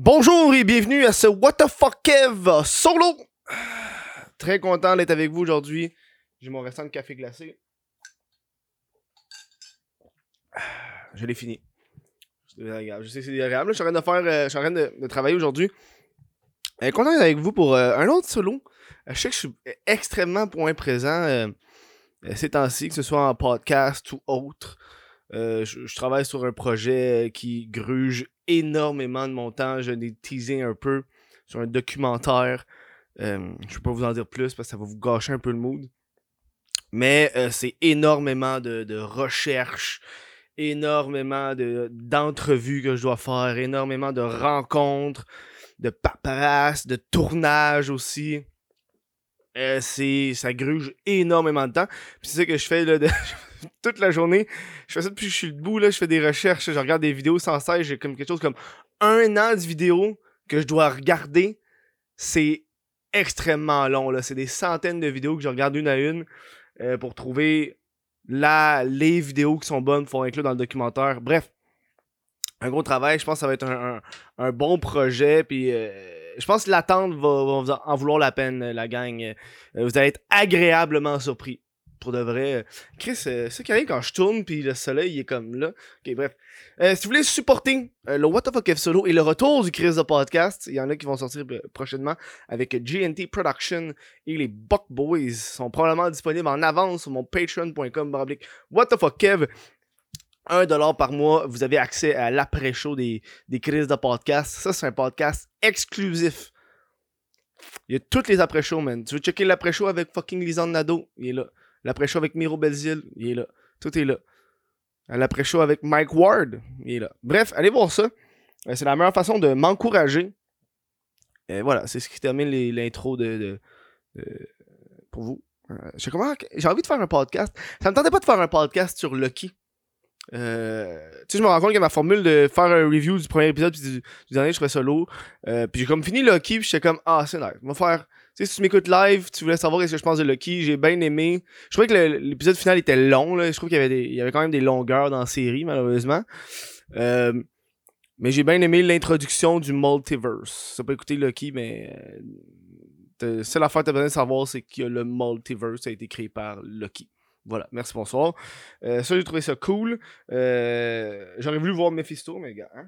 Bonjour et bienvenue à ce What the fuck Kev solo. Très content d'être avec vous aujourd'hui. J'ai mon restant de café glacé. Je l'ai fini. C'est désagréable. Je sais que c'est désagréable. Je suis en train de travailler aujourd'hui. Content d'être avec vous pour un autre solo. Je sais que je suis extrêmement point présent ces temps-ci, que ce soit en podcast ou autre. Je travaille sur un projet qui gruge énormément de mon temps. Je l'ai teasé un peu sur un documentaire. Je ne vais pas vous en dire plus parce que ça va vous gâcher un peu le mood. Mais c'est énormément de recherches, énormément d'entrevues que je dois faire, énormément de rencontres, de paperasse, de tournage aussi. Ça gruge énormément de temps. Puis c'est ça que je fais là, toute la journée. Je fais ça depuis que je suis debout. Là, je fais des recherches, je regarde des vidéos sans cesse. J'ai comme quelque chose comme 1 an de vidéos que je dois regarder. C'est extrêmement long. Là. C'est des centaines de vidéos que je regarde une à une pour trouver les vidéos qui sont bonnes pour inclure dans le documentaire. Bref, un gros travail. Je pense que ça va être un bon projet. Puis je pense que l'attente va en vouloir la peine, la gang. Vous allez être agréablement surpris. Pour de vrai. Chris, c'est ça qui arrive quand je tourne puis le soleil il est comme là. Ok, bref. Si vous voulez supporter le What the fuck F solo et le retour du Chris de podcast, il y en a qui vont sortir prochainement avec GNT Production et les Buck Boys sont probablement disponibles en avance sur mon patreon.com What the fuck Kev. $1 par mois, vous avez accès à l'après-show des Chris de podcast. Ça, c'est un podcast exclusif. Il y a toutes les après-shows, man. Tu veux checker l'après-show avec fucking Lisanne Nadeau? Il est là. L'après-show avec Miro Belzile, il est là. Tout est là. L'après-show avec Mike Ward, il est là. Bref, allez voir ça. C'est la meilleure façon de m'encourager. Voilà, c'est ce qui termine l'intro pour vous. J'ai envie de faire un podcast. Ça me tentait pas de faire un podcast sur Lucky. Tu sais, je me rends compte que ma formule de faire un review du premier épisode puis du dernier, je ferais ça lourd. Puis j'ai comme fini Lucky, puis j'étais comme, c'est nice. On va faire... Tu sais, si tu m'écoutes live, tu voulais savoir ce que je pense de Lucky, j'ai bien aimé. Je trouvais que l'épisode final était long, là. Je trouve qu'il y avait quand même des longueurs dans la série, malheureusement. Mais j'ai bien aimé l'introduction du multiverse. Tu n'as pas écouté Lucky, mais... seule affaire que tu as besoin de savoir, c'est que le multiverse a été créé par Lucky. Voilà, merci, bonsoir. Ça, j'ai trouvé ça cool. J'aurais voulu voir Mephisto, mais gars, hein?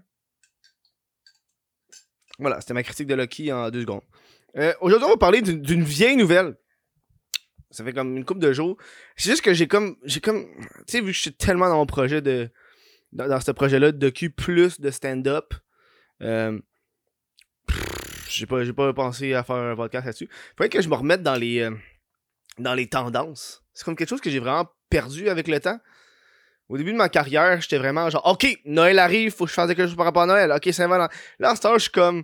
Voilà, c'était ma critique de Lucky en 2 secondes. Aujourd'hui, on va parler d'une vieille nouvelle. Ça fait comme une couple de jours. C'est juste que j'ai comme... Tu sais, vu que je suis tellement dans mon projet dans ce projet-là de docu plus de stand-up, j'ai pas pensé à faire un podcast là-dessus. Faudrait que je me remette dans les tendances. C'est comme quelque chose que j'ai vraiment perdu avec le temps. Au début de ma carrière, j'étais vraiment genre, OK, Noël arrive, faut que je fasse quelque chose par rapport à Noël. OK, Saint-Valentin. Là, en ce temps, je suis comme...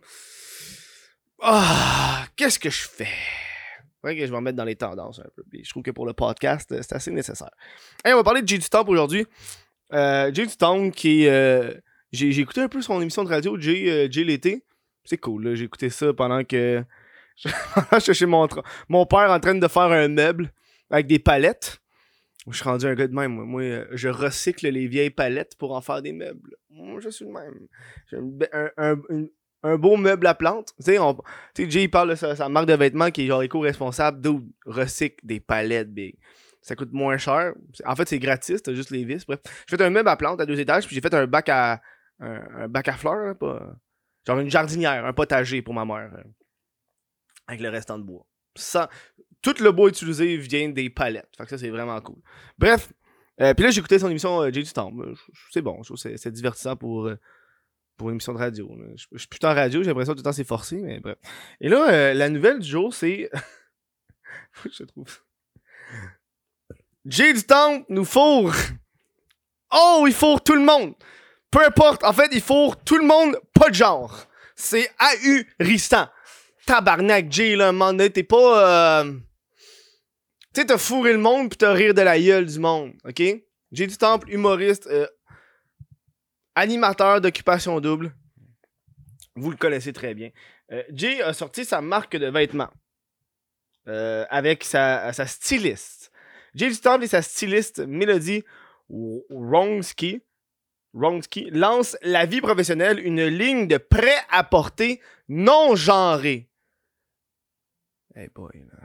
qu'est-ce que je fais? Faudrait que je me remette dans les tendances un peu. Puis je trouve que pour le podcast, c'est assez nécessaire. Hey, on va parler de Jay du Temple aujourd'hui. Jay du Temple qui est... j'ai écouté un peu son émission de radio, Jay l'été. C'est cool, là. J'ai écouté ça pendant que... je suis chez mon père en train de faire un meuble avec des palettes. Je suis rendu un gars de même. Moi, je recycle les vieilles palettes pour en faire des meubles. Moi, je suis le même. J'ai un beau meuble à plantes. Tu sais, Jay, il parle de sa marque de vêtements qui est genre éco-responsable. D'où recycle des palettes, big. Ça coûte moins cher. En fait, c'est gratis. T'as juste les vis. Bref. J'ai fait un meuble à plantes à 2 étages. Puis j'ai fait un bac à fleurs. Là, genre une jardinière, un potager pour ma mère. Avec le restant de bois. Tout le bois utilisé vient des palettes. Fait que ça, c'est vraiment cool. Bref. Puis là, j'ai écouté son émission Jay du Temple. C'est bon. Je trouve que c'est divertissant pour une émission de radio. Je suis plus en radio. J'ai l'impression que tout le temps c'est forcé. Mais bref. Et là, la nouvelle du jour, c'est... je trouve... Jay du Temple nous fourre. Oh, il fourre tout le monde. Peu importe. En fait, il fourre tout le monde. Pas de genre. C'est ahurissant. Tabarnak, Jay, là, un moment donné, t'es pas... Tu sais, t'as fourré le monde pis t'as rire de la gueule du monde, ok? Jay du Temple, humoriste, animateur d'Occupation Double. Vous le connaissez très bien. Jay a sorti sa marque de vêtements avec sa styliste. Jay du Temple et sa styliste Mélodie Wronski Wronski lance La Vie Professionnelle, une ligne de prêt-à-porter non genré. Hey boy, là.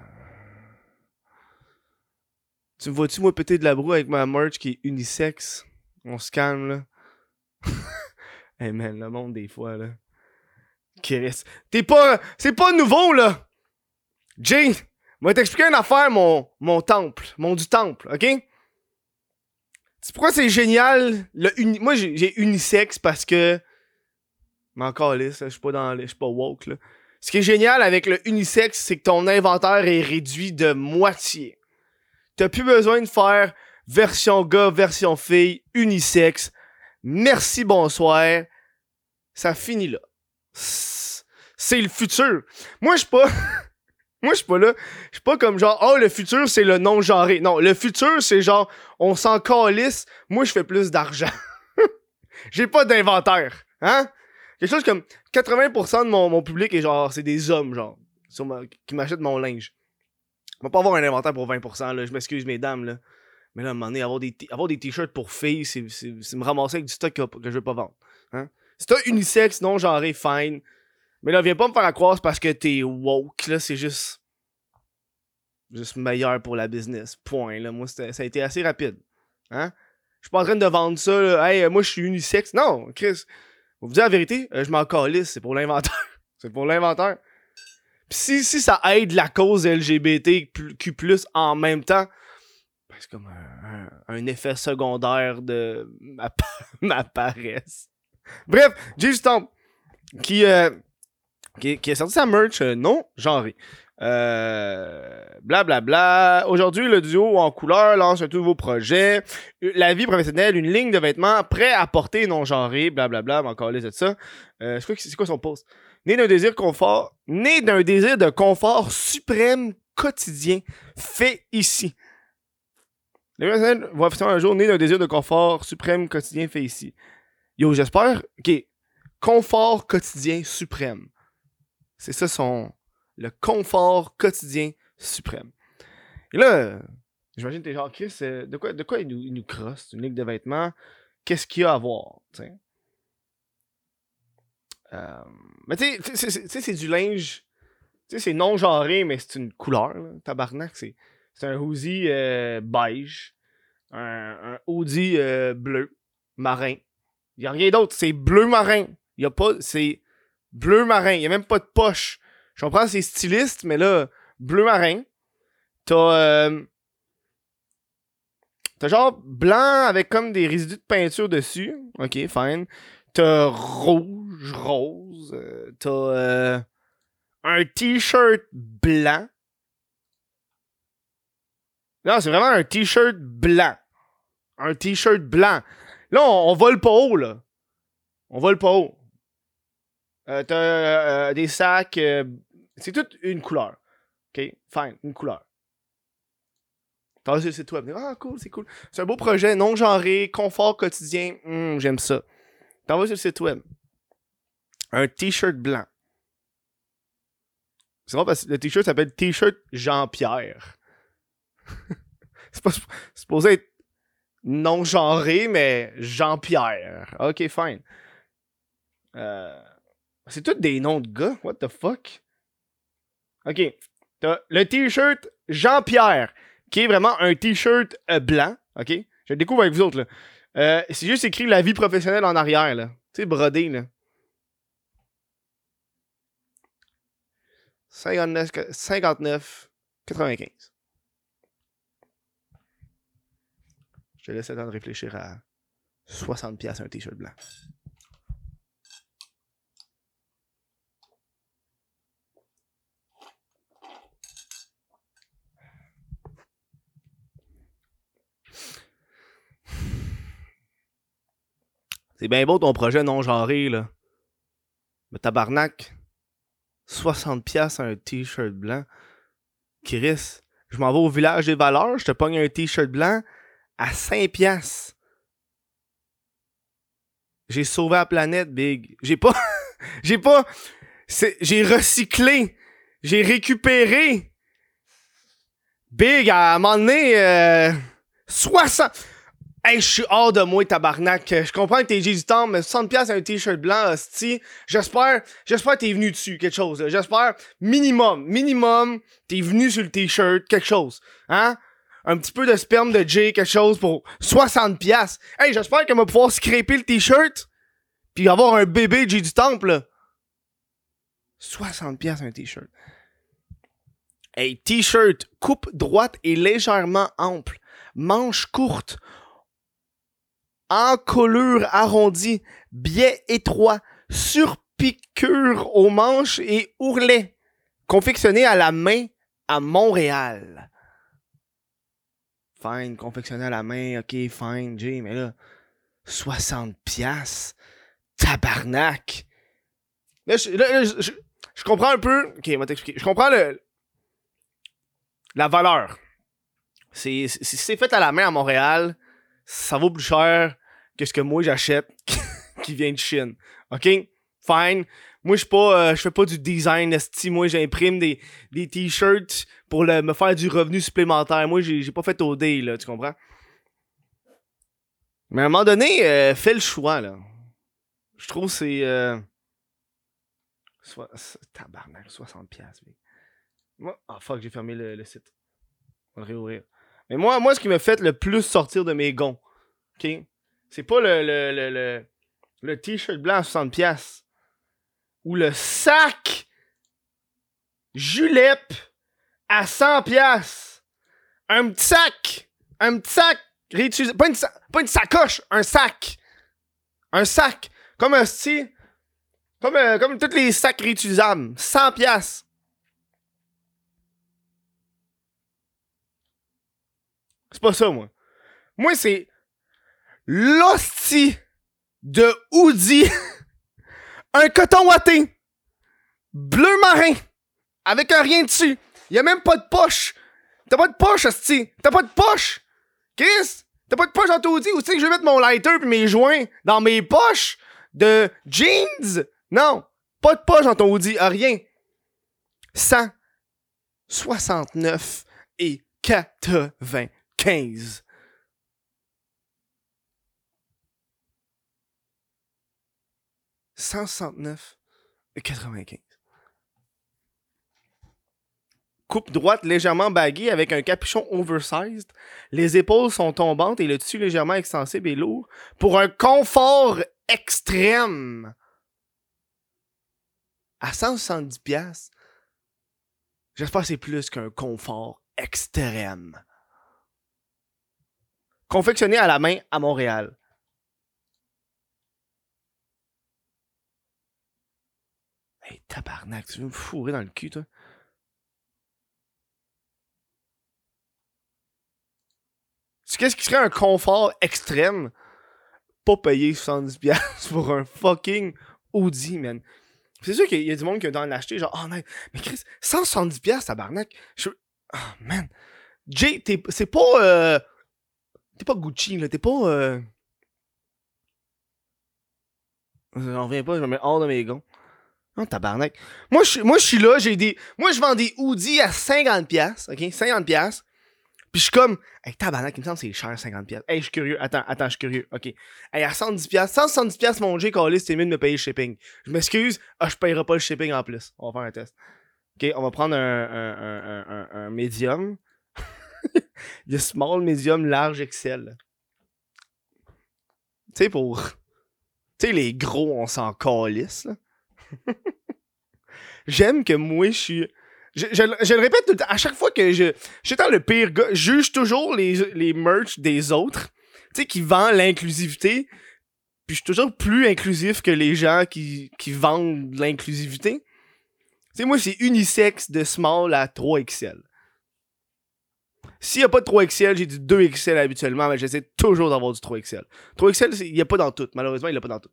Tu me vois-tu, moi, péter de la broue avec ma merch qui est unisexe? On se calme, là. Hey man, le monde des fois, là. Chris. C'est pas nouveau, là! Jay, je vais t'expliquer une affaire, mon temple. Mon du temple, ok? C'est pourquoi c'est génial. Moi, j'ai unisexe parce que. Mais encore là, je suis pas woke, là. Ce qui est génial avec le unisexe, c'est que ton inventaire est réduit de moitié. T'as plus besoin de faire version gars, version fille, unisexe. Merci, bonsoir. Ça finit là. C'est le futur. Moi, je suis pas... Moi, je suis pas là. Je suis pas comme genre, oh, le futur, c'est le non-genré. Non, le futur, c'est genre, on s'en calisse. Moi, je fais plus d'argent. J'ai pas d'inventaire. Hein? Quelque chose comme 80% de mon public est genre, c'est des hommes, genre, qui m'achètent mon linge. On va pas avoir un inventaire pour 20%, là. Je m'excuse, mesdames, là. Mais là, à un moment donné, avoir des t-shirts pour filles, c'est me ramasser avec du stock que je veux pas vendre. Hein? Si t'as unisexe, non genré, fine. Mais là, viens pas me faire à croire parce que t'es woke, là, c'est juste meilleur pour la business. Point, là. Moi, ça a été assez rapide. Hein? Je suis pas en train de vendre ça, là. Hey, moi, je suis unisexe. Non, Chris. Vous dire la vérité, je m'en calisse, c'est pour l'inventaire. C'est pour l'inventaire. Pis si ça aide la cause LGBTQ+, en même temps, ben c'est comme un effet secondaire de ma paresse. Bref, Jay Stomp, qui a sorti sa merch non genrée. Blablabla. Aujourd'hui, le duo en couleur lance un tout nouveau projet. La Vie Professionnelle, une ligne de vêtements prêt à porter non genré. Blablabla. Mais encore les de ça. C'est quoi son post? Né d'un désir de confort suprême quotidien fait ici. La Vie Professionnelle va officiellement un jour né d'un désir de confort suprême quotidien fait ici. Yo, j'espère. Ok. Confort quotidien suprême. C'est ça le confort quotidien suprême. Et là, j'imagine que t'es genre, Chris, de quoi il nous crosse? Une ligne de vêtements? Qu'est-ce qu'il y a à voir? T'sais? Mais tu sais, c'est du linge. Tu sais, c'est non genré, mais c'est une couleur. Là. Tabarnak, c'est un hoodie beige. Un hoodie bleu, marin. Il n'y a rien d'autre. C'est bleu marin. Il y a pas. C'est bleu marin. Il n'y a même pas de poche. Je comprends, c'est styliste, mais là, bleu marin. T'as genre blanc avec comme des résidus de peinture dessus. Ok, fine. T'as rouge, rose. T'as un t-shirt blanc. Non, c'est vraiment un t-shirt blanc. Un t-shirt blanc. Là, on vole pas haut, là. On vole pas haut. T'as des sacs. C'est toute une couleur. Ok, fine, une couleur. T'as sur le site web. Ah, cool, c'est cool. C'est un beau projet, non genré, confort quotidien. J'aime ça. T'en vas sur le site web. Un t-shirt blanc. C'est bon parce que le t-shirt s'appelle T-shirt Jean-Pierre. C'est pas supposé être non genré, mais Jean-Pierre. Ok, fine. C'est tous des noms de gars. What the fuck? Ok. T'as le t-shirt Jean-Pierre, qui est vraiment un t-shirt blanc. Ok? Je le découvre avec vous autres, là. C'est juste écrit La Vie Professionnelle en arrière, là. Tu sais, brodé, là. 59,95. Je te laisse le temps de réfléchir à 60$ un t-shirt blanc. C'est bien beau ton projet non genré, là. Mais tabarnak, 60$ un t-shirt blanc. Chris, je m'en vais au village des valeurs, je te pogne un t-shirt blanc à 5$. J'ai sauvé la planète, Big. J'ai recyclé. J'ai récupéré. Big, à un moment donné, 60... Hey, je suis hors de moi, tabarnak. Je comprends que t'es J du temps, mais 60$ un t-shirt blanc, hostie. J'espère que t'es venu dessus, quelque chose. Là. J'espère, minimum, t'es venu sur le t-shirt, quelque chose. Hein? Un petit peu de sperme de J, quelque chose pour 60$. Hey, j'espère qu'elle va pouvoir scraper le t-shirt, puis avoir un bébé J du temple, là. 60$ un t-shirt. Hey, t-shirt, coupe droite et légèrement ample. Manches courtes. Encolure arrondie. Biais étroit. Surpiqûre aux manches et ourlet. Confectionné à la main à Montréal. Fine, confectionné à la main. Ok, fine, Jay, mais là, 60$. Tabarnak. Là, je comprends un peu. Ok, on va t'expliquer. Je comprends la valeur. Si c'est fait à la main à Montréal, ça vaut plus cher que ce que moi j'achète qui vient de Chine. Ok? Fine. Moi, je fais pas du design, esti. Moi, j'imprime des t-shirts pour me faire du revenu supplémentaire. Moi, j'ai pas fait OD, là, tu comprends? Mais à un moment donné, fais le choix, là. Je trouve que c'est... tabarnak, 60$. Mais... Moi, fuck, j'ai fermé le site. On va le réouvrir. Mais moi, ce qui m'a fait le plus sortir de mes gonds, ok? C'est pas le t-shirt blanc à 60$. Ou le sac Julep à 100$. Un petit sac réutilisable. Pas une sacoche, un sac. Un sac. Comme un style. Comme tous les sacs réutilisables. 100$. C'est pas ça, moi. Moi, c'est l'hostie de hoodie. Un coton ouaté. Bleu marin. Avec un rien dessus. Y'a même pas de poche. T'as pas de poche, hostie. T'as pas de poche. Chris, t'as pas de poche dans ton hoodie. Où tu sais que je vais mettre mon lighter pis mes joints dans mes poches de jeans? Non. Pas de poche dans ton hoodie. Rien. 169 et 95. « 169 et 95. Coupe droite légèrement baguée avec un capuchon oversized. Les épaules sont tombantes et le dessus légèrement extensible et lourd pour un confort extrême. À 170$, j'espère que c'est plus qu'un confort extrême. Confectionné à la main à Montréal. Hey, tabarnak, tu veux me fourrer dans le cul, toi? Qu'est-ce qui serait un confort extrême? Pas payer 70$ pour un fucking Audi, man. C'est sûr qu'il y a du monde qui a dans l'acheter, genre, oh non, mais Chris, 170$, tabarnak. Oh, man. Jay, c'est pas, t'es pas Gucci, là, t'es pas, j'en reviens pas, je me mets hors de mes gonds. Non, tabarnak. Moi, je suis là, moi, je vends des hoodies à 50$, ok? 50$. Puis je suis comme, hey, tabarnak, il me semble que c'est cher, 50$. Hey, je suis curieux. Attends, je suis curieux. Ok. Hey, à 110$, 170$, mon J, Callis, c'est mieux de me payer le shipping. Je m'excuse, je payerai pas le shipping en plus. On va faire un test. Ok, on va prendre un médium. Il y a small, medium, large, XL. Tu sais, pour. Tu sais, les gros, on s'en calisse, là. J'aime que moi, je suis. Je le répète tout le temps. À chaque fois que je suis dans le pire gars, je juge toujours les merch des autres. Tu sais, qui vendent l'inclusivité. Puis je suis toujours plus inclusif que les gens qui vendent l'inclusivité. Tu sais, moi, c'est unisexe de small à 3XL. S'il n'y a pas de 3XL, j'ai du 2XL habituellement, mais j'essaie toujours d'avoir du 3XL. 3XL, il n'y a pas dans tout. Malheureusement, il n'y a pas dans tout.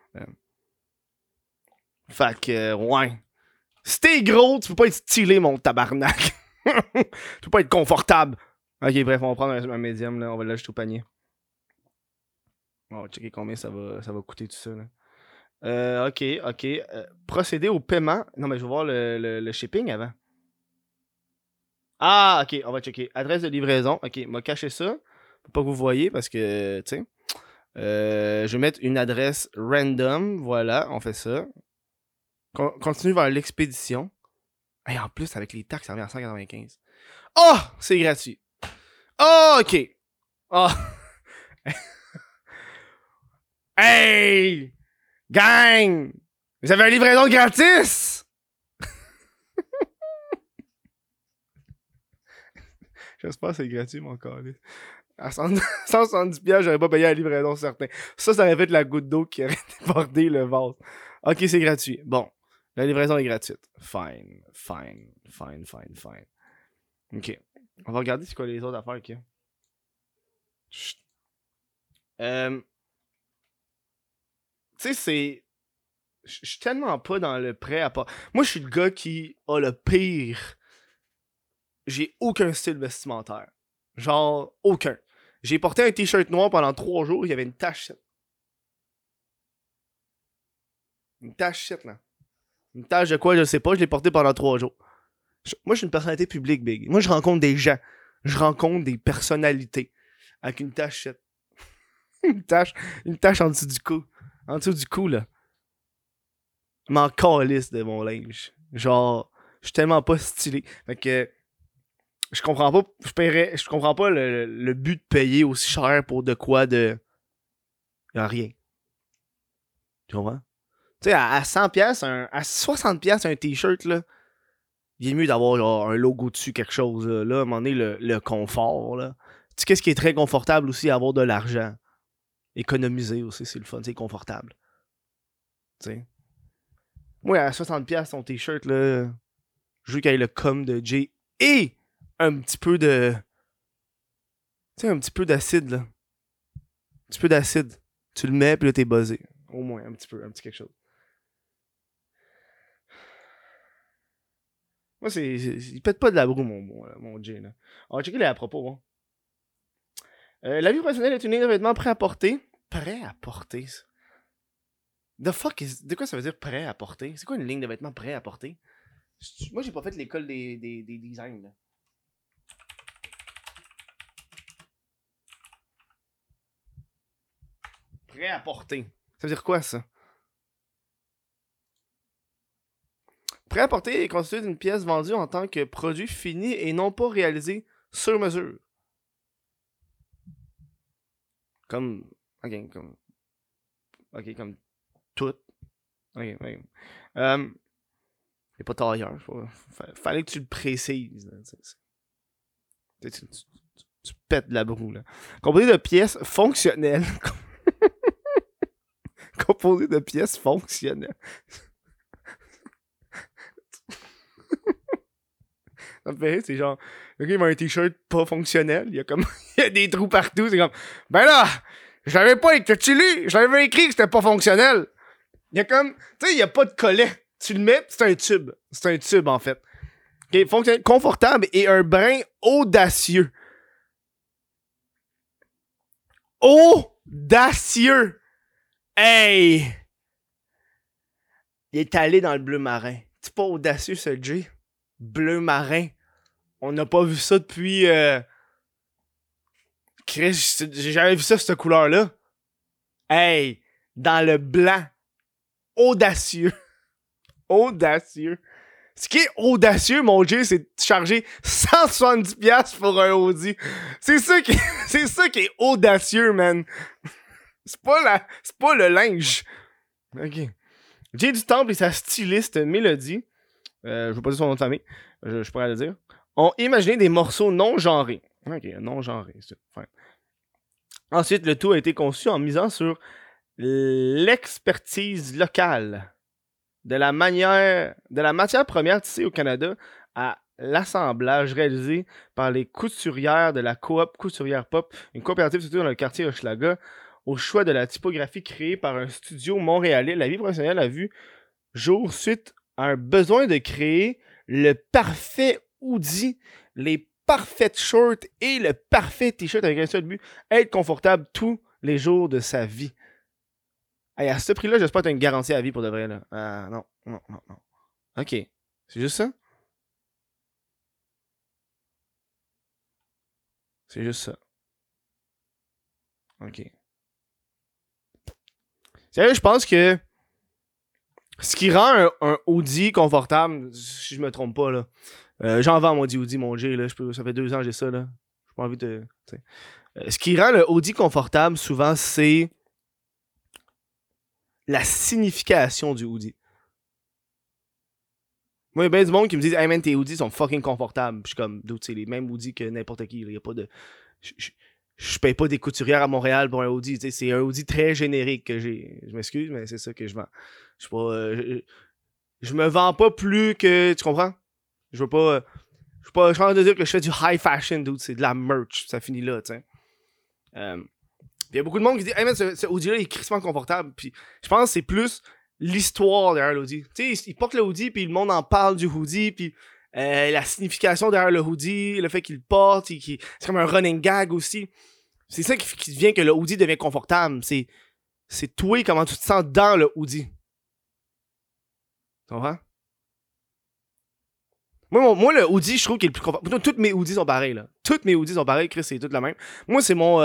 Fait que, ouais. Si t'es gros, tu peux pas être stylé, mon tabarnak. Tu peux pas être confortable. Ok, bref, on va prendre un médium, là. On va l'ajouter au panier. On va checker combien ça va coûter tout ça, là. Ok. Procéder au paiement. Non, mais je vais voir le shipping avant. Ah, ok, on va checker. Adresse de livraison. Ok, m'a caché ça. Faut pas que vous voyez parce que, tu sais. Je vais mettre une adresse random. Voilà, on fait ça. Continue vers l'expédition. Et en plus, avec les taxes, ça revient à 195. Oh! C'est gratuit. Oh, ok. Oh. Hey! Gang! Vous avez une livraison gratis! J'espère que c'est gratuit, mon câlisse. À 170$, j'aurais pas payé la livraison, certain. Ça aurait fait de la goutte d'eau qui aurait débordé le vase. Ok, c'est gratuit. Bon, la livraison est gratuite. Fine. Ok. On va regarder c'est quoi les autres affaires qu'il y a. Chut. Tu sais, c'est... Je suis tellement pas dans le prêt à part. Moi, je suis le gars qui a le pire. J'ai aucun style vestimentaire. Genre, aucun. J'ai porté un t-shirt noir pendant 3 jours, il y avait une tache. Une tache, là. Une tache de quoi, je sais pas, je l'ai porté pendant 3 jours. Moi, je suis une personnalité publique, big. Moi, je rencontre des gens. Je rencontre des personnalités. Avec une tache. une tache en dessous du cou. En dessous du cou, là. Je m'en calisse de mon linge. Genre, je suis tellement pas stylé. Fait que je comprends pas. Je comprends pas le but de payer aussi cher pour de quoi de. Y'a rien. Tu comprends? Tu sais, à 100$, à 60$ un t-shirt, là, il est mieux d'avoir genre, un logo dessus, quelque chose. Là, à un moment donné, le confort, là. Tu sais, qu'est-ce qui est très confortable aussi, avoir de l'argent. Économiser aussi, c'est le fun, c'est confortable. Tu sais. Moi, à 60$ ton t-shirt, là, je veux qu'il y ait le com de Jay et un petit peu de. Tu sais, un petit peu d'acide, là. Un petit peu d'acide. Tu le mets, puis là, t'es buzzé. Au moins, un petit quelque chose. Moi, il pète pas de la broue, mon Jay, là. On va checker les à propos, hein. La vie professionnelle est une ligne de vêtements prêt à porter. Prêt à porter, ça. The fuck is... De quoi ça veut dire prêt à porter? C'est quoi une ligne de vêtements prêt à porter? Moi, j'ai pas fait l'école des designs, là. Prêt à porter. Ça veut dire quoi, ça? Prêt à porter est constitué d'une pièce vendue en tant que produit fini et non pas réalisé sur mesure. Comme. Ok, comme. Ok, comme tout. Ok. C'est pas tailleur. Fallait que tu le précises. Tu pètes de la broue, là. Composé de pièces fonctionnelles. Composé de pièces fonctionnelles. Ça me fait rire, c'est genre, le gars, il met un t-shirt pas fonctionnel, il y a comme, il y a des trous partout, c'est comme, ben là, je l'avais pas lu, je l'avais écrit que c'était pas fonctionnel. Il y a comme, tu sais, il y a pas de collet. Tu le mets, c'est un tube. C'est un tube, en fait. Okay, fonctionnel, confortable et un brin audacieux. Audacieux! Hey! Il est allé dans le bleu marin. C'est pas audacieux, ce Jay. Bleu marin. On n'a pas vu ça depuis... Chris, j'ai jamais vu ça, cette couleur-là. Hey! Dans le blanc. Audacieux. Audacieux. Ce qui est audacieux, mon Dieu, c'est de charger 170$ pour un Audi. C'est ça qui est audacieux, man. C'est pas le linge. Ok. Jay du Temple et sa styliste Mélodie, je veux pas dire son nom de famille, je pourrais le dire, ont imaginé des morceaux non genrés. Ok, non genrés, c'est fine. Ensuite, le tout a été conçu en misant sur l'expertise locale de la matière première tissée au Canada à l'assemblage réalisé par les couturières de la coop Couturière Pop, une coopérative située dans le quartier Hochelaga, au choix de la typographie créée par un studio montréalais. La vie professionnelle a vu jour suite à un besoin de créer le parfait hoodie, les parfaites shorts et le parfait t-shirt avec un seul but, être confortable tous les jours de sa vie. Hey, à ce prix-là, j'espère que tu as une garantie à vie pour de vrai, là. Non. Ok. C'est juste ça? C'est juste ça. Ok. Sérieux, je pense que ce qui rend un hoodie confortable, si je me trompe pas, là. J'en vends mon hoodie, mon J, là. Ça fait 2 ans que j'ai ça, là. J'ai pas envie de. Ce qui rend le hoodie confortable, souvent, c'est la signification du hoodie. Moi, il y a bien du monde qui me dit, hey man, tes hoodies sont fucking confortables. Puis je suis comme, dude, c'est les mêmes hoodies que n'importe qui. Il y a pas de. Je paye pas des couturières à Montréal pour un hoodie. C'est un hoodie très générique que j'ai. Je m'excuse, mais c'est ça que je vends. Je suis pas. Je me vends pas plus que. Tu comprends? Je veux pas. Je suis pas en train de dire que je fais du high fashion, dude. C'est de la merch. Ça finit là, tu sais. Il y a beaucoup de monde qui dit, hey man, ce hoodie-là, il est crissement confortable. Puis je pense que c'est plus l'histoire derrière l'hoodie. Tu sais, il porte le hoodie, puis le monde en parle du hoodie, puis la signification derrière le hoodie, le fait qu'il le porte, c'est comme un running gag aussi. C'est ça qui devient que le hoodie devient confortable. C'est toi, comment tu te sens dans le hoodie. Tu comprends? Moi, le hoodie, je trouve qu'il est le plus confortable. Toutes mes hoodies sont pareils, là. Toutes mes hoodies sont pareils, Chris, c'est toutes la même. Moi, c'est mon...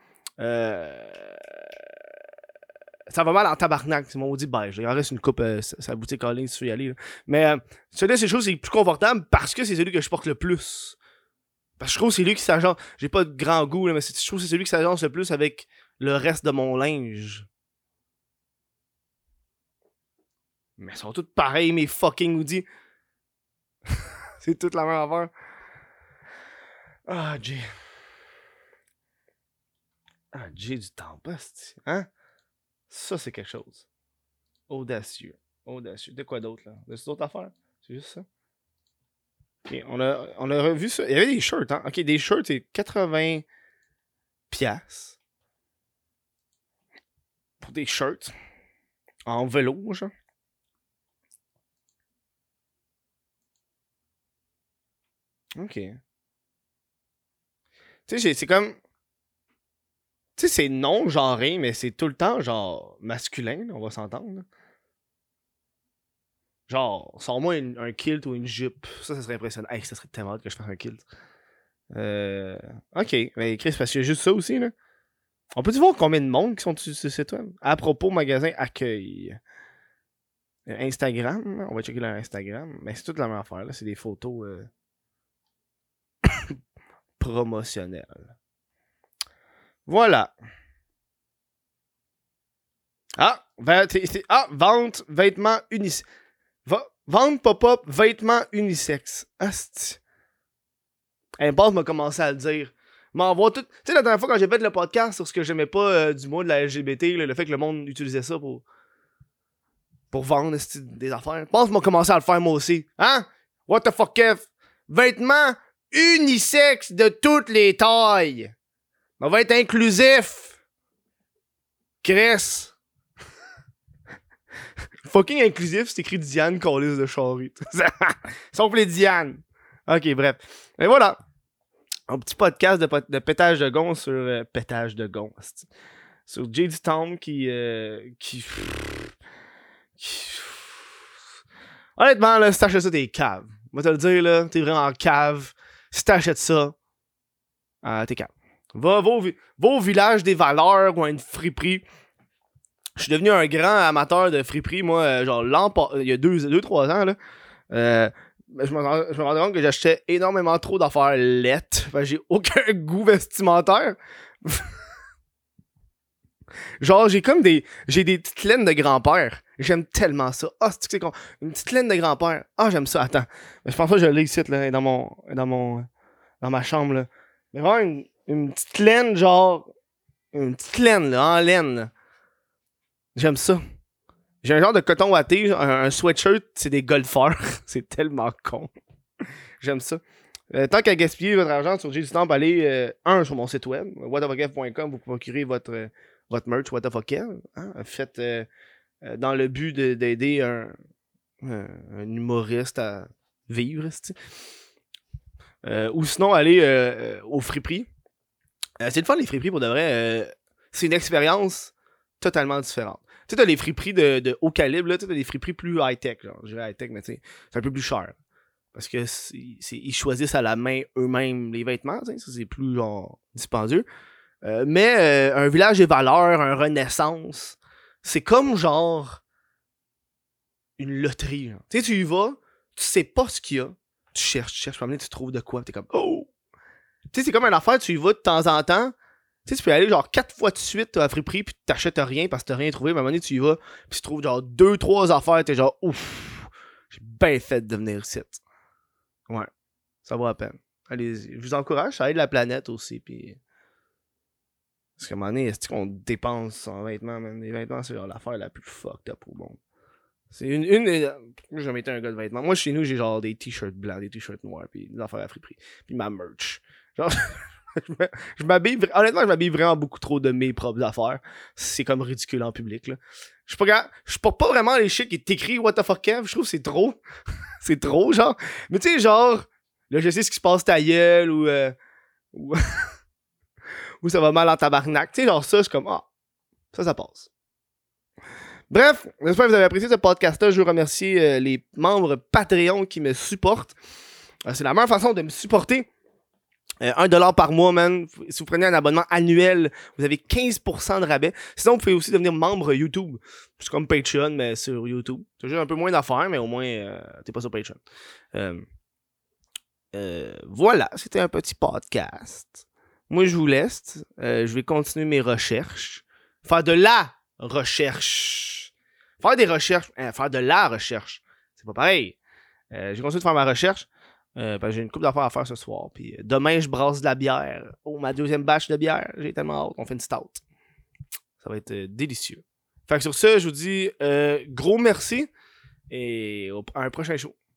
ça va mal en tabarnak, c'est mon hoodie beige. Il en reste une coupe, sa boutique en ligne si tu veux y aller. Là. Mais celui-là, c'est chose, c'est plus confortable parce que c'est celui que je porte le plus. Parce que je trouve que c'est lui qui s'agence. J'ai pas de grand goût, là, mais je trouve que c'est celui qui s'agence le plus avec le reste de mon linge. Mais ils sont tous pareils, mes fucking hoodies. C'est toute la même affaire. Ah, Jay. Ah, Jay du Temple, hein? Ça, c'est quelque chose. Audacieux. Audacieux. De quoi d'autre, là? De d'autres affaires? C'est juste ça? Ok, on a revu ça. Il y avait des shirts, hein? Ok, des shirts, c'est 80 piastres. Pour des shirts. En vélo, genre. Ok. Tu sais, c'est comme... Tu sais, c'est non-genré, mais c'est tout le temps, genre, masculin, là, on va s'entendre. Là. Genre, sors-moi un kilt ou une jupe. Ça serait impressionnant. Hey, ça serait tellement hâte que je fasse un kilt. Ok, mais Chris, parce qu'il y a juste ça aussi, là. On peut-tu voir combien de monde qui sont sur ce site web? À propos, magasin accueil. Instagram, on va checker leur Instagram. Mais c'est toute la même affaire, là. C'est des photos promotionnelles. Voilà. Vente, vêtements unisex. Vente pop-up, vêtements unisex. Asti. Boss m'a commencé à le dire. M'envoie tout. Tu sais, la dernière fois quand j'ai fait le podcast sur ce que j'aimais pas du mot de la LGBT, là, le fait que le monde utilisait ça pour vendre des affaires. Boss m'a commencé à le faire moi aussi. Hein? What the fuck, Kev? Vêtements unisex de toutes les tailles. On va être inclusif. Chris. Fucking inclusif, c'est écrit Diane Callis de Charry. Sauf les Diane. Ok, bref. Et voilà. Un petit podcast de pétage de gond sur pétage de gond. Sur J.D. Town qui honnêtement, là, si t'achètes ça, t'es cave. Moi, te le dire, là, t'es vraiment cave. Si t'achètes ça, t'es cave. Va au village des valeurs ou à une friperie. Je suis devenu un grand amateur de friperie, moi, genre il y a 2-3 ans, là. Je me rendais compte que j'achetais énormément trop d'affaires laites. Enfin, j'ai aucun goût vestimentaire. Genre, j'ai des petites laines de grand-père. J'aime tellement ça. Ah, c'est con. Une petite laine de grand-père. Ah, j'aime ça. Attends. Mais je pense pas que je l'ai ici, là, dans ma chambre, là. Mais vraiment, une petite laine, genre... Une petite laine, là, en laine, là. J'aime ça. J'ai un genre de coton watté, un sweatshirt, c'est des golfeurs. C'est tellement con. J'aime ça. Tant qu'à gaspiller votre argent sur J.D. Stamp, allez, sur mon site web, whatthefuckf.com, vous procurez votre merch, whatthefuckf. Hein? Faites dans le but d'aider un humoriste à vivre. Ou sinon, allez aux friperies. C'est le fun, les friperies, pour de vrai. C'est une expérience totalement différente. Tu sais, t'as les friperies de haut calibre, là, tu sais, t'as des friperies plus high-tech, genre, je dirais high-tech, mais tu sais, c'est un peu plus cher. Parce que ils choisissent à la main eux-mêmes les vêtements, tu sais, ça c'est plus, genre, dispendieux. Mais un village des valeurs, un renaissance, c'est comme genre une loterie. Tu sais, tu y vas, tu sais pas ce qu'il y a, tu cherches, puis à un moment donné, tu trouves de quoi, t'es comme oh! Tu sais, c'est comme une affaire, tu y vas de temps en temps. Tu sais, tu peux aller genre 4 fois de suite à friperie, puis t'achètes rien parce que t'as rien trouvé. Mais à un moment donné, tu y vas, puis tu trouves genre 2-3 affaires, t'es genre ouf, j'ai bien fait de venir ici. Ouais, ça vaut la peine. Allez-y, je vous encourage, ça aide la planète aussi, puis. Parce qu'à un moment donné, est-ce qu'on dépense en vêtements, man? Les vêtements, c'est genre l'affaire la plus fucked up au monde. C'est une moi, j'ai jamais été un gars de vêtements. Moi, chez nous, j'ai genre des t-shirts blancs, des t-shirts noirs, puis des affaires à friperie. Puis ma merch. Genre, je m'habille, honnêtement, je m'habille vraiment beaucoup trop de mes propres affaires. C'est comme ridicule en public, là. Je porte pas vraiment les shit qui est écrit What the fuck Kev. Je trouve que c'est trop. C'est trop, genre. Mais tu sais, genre, là, je sais ce qui se passe ta gueule ou ou ça va mal en tabarnak. Tu sais, genre ça, je suis comme, ah, ça passe. Bref, j'espère que vous avez apprécié ce podcast-là. Je veux remercier les membres Patreon qui me supportent. C'est la meilleure façon de me supporter. $1 par mois, man. Si vous prenez un abonnement annuel, vous avez 15% de rabais. Sinon, vous pouvez aussi devenir membre YouTube. C'est comme Patreon, mais sur YouTube. C'est juste un peu moins d'affaires, mais au moins, t'es pas sur Patreon. Voilà, c'était un petit podcast. Moi, je vous laisse. Je vais continuer mes recherches. Faire de la recherche. Faire des recherches. Faire de la recherche. C'est pas pareil. J'ai continué de faire ma recherche. Parce que j'ai une couple d'affaires à faire ce soir. Puis demain, je brasse de la bière. Oh, ma deuxième batch de bière. J'ai tellement hâte. On fait une stout. Ça va être délicieux. Fait que sur ça, je vous dis gros merci. Et à un prochain show.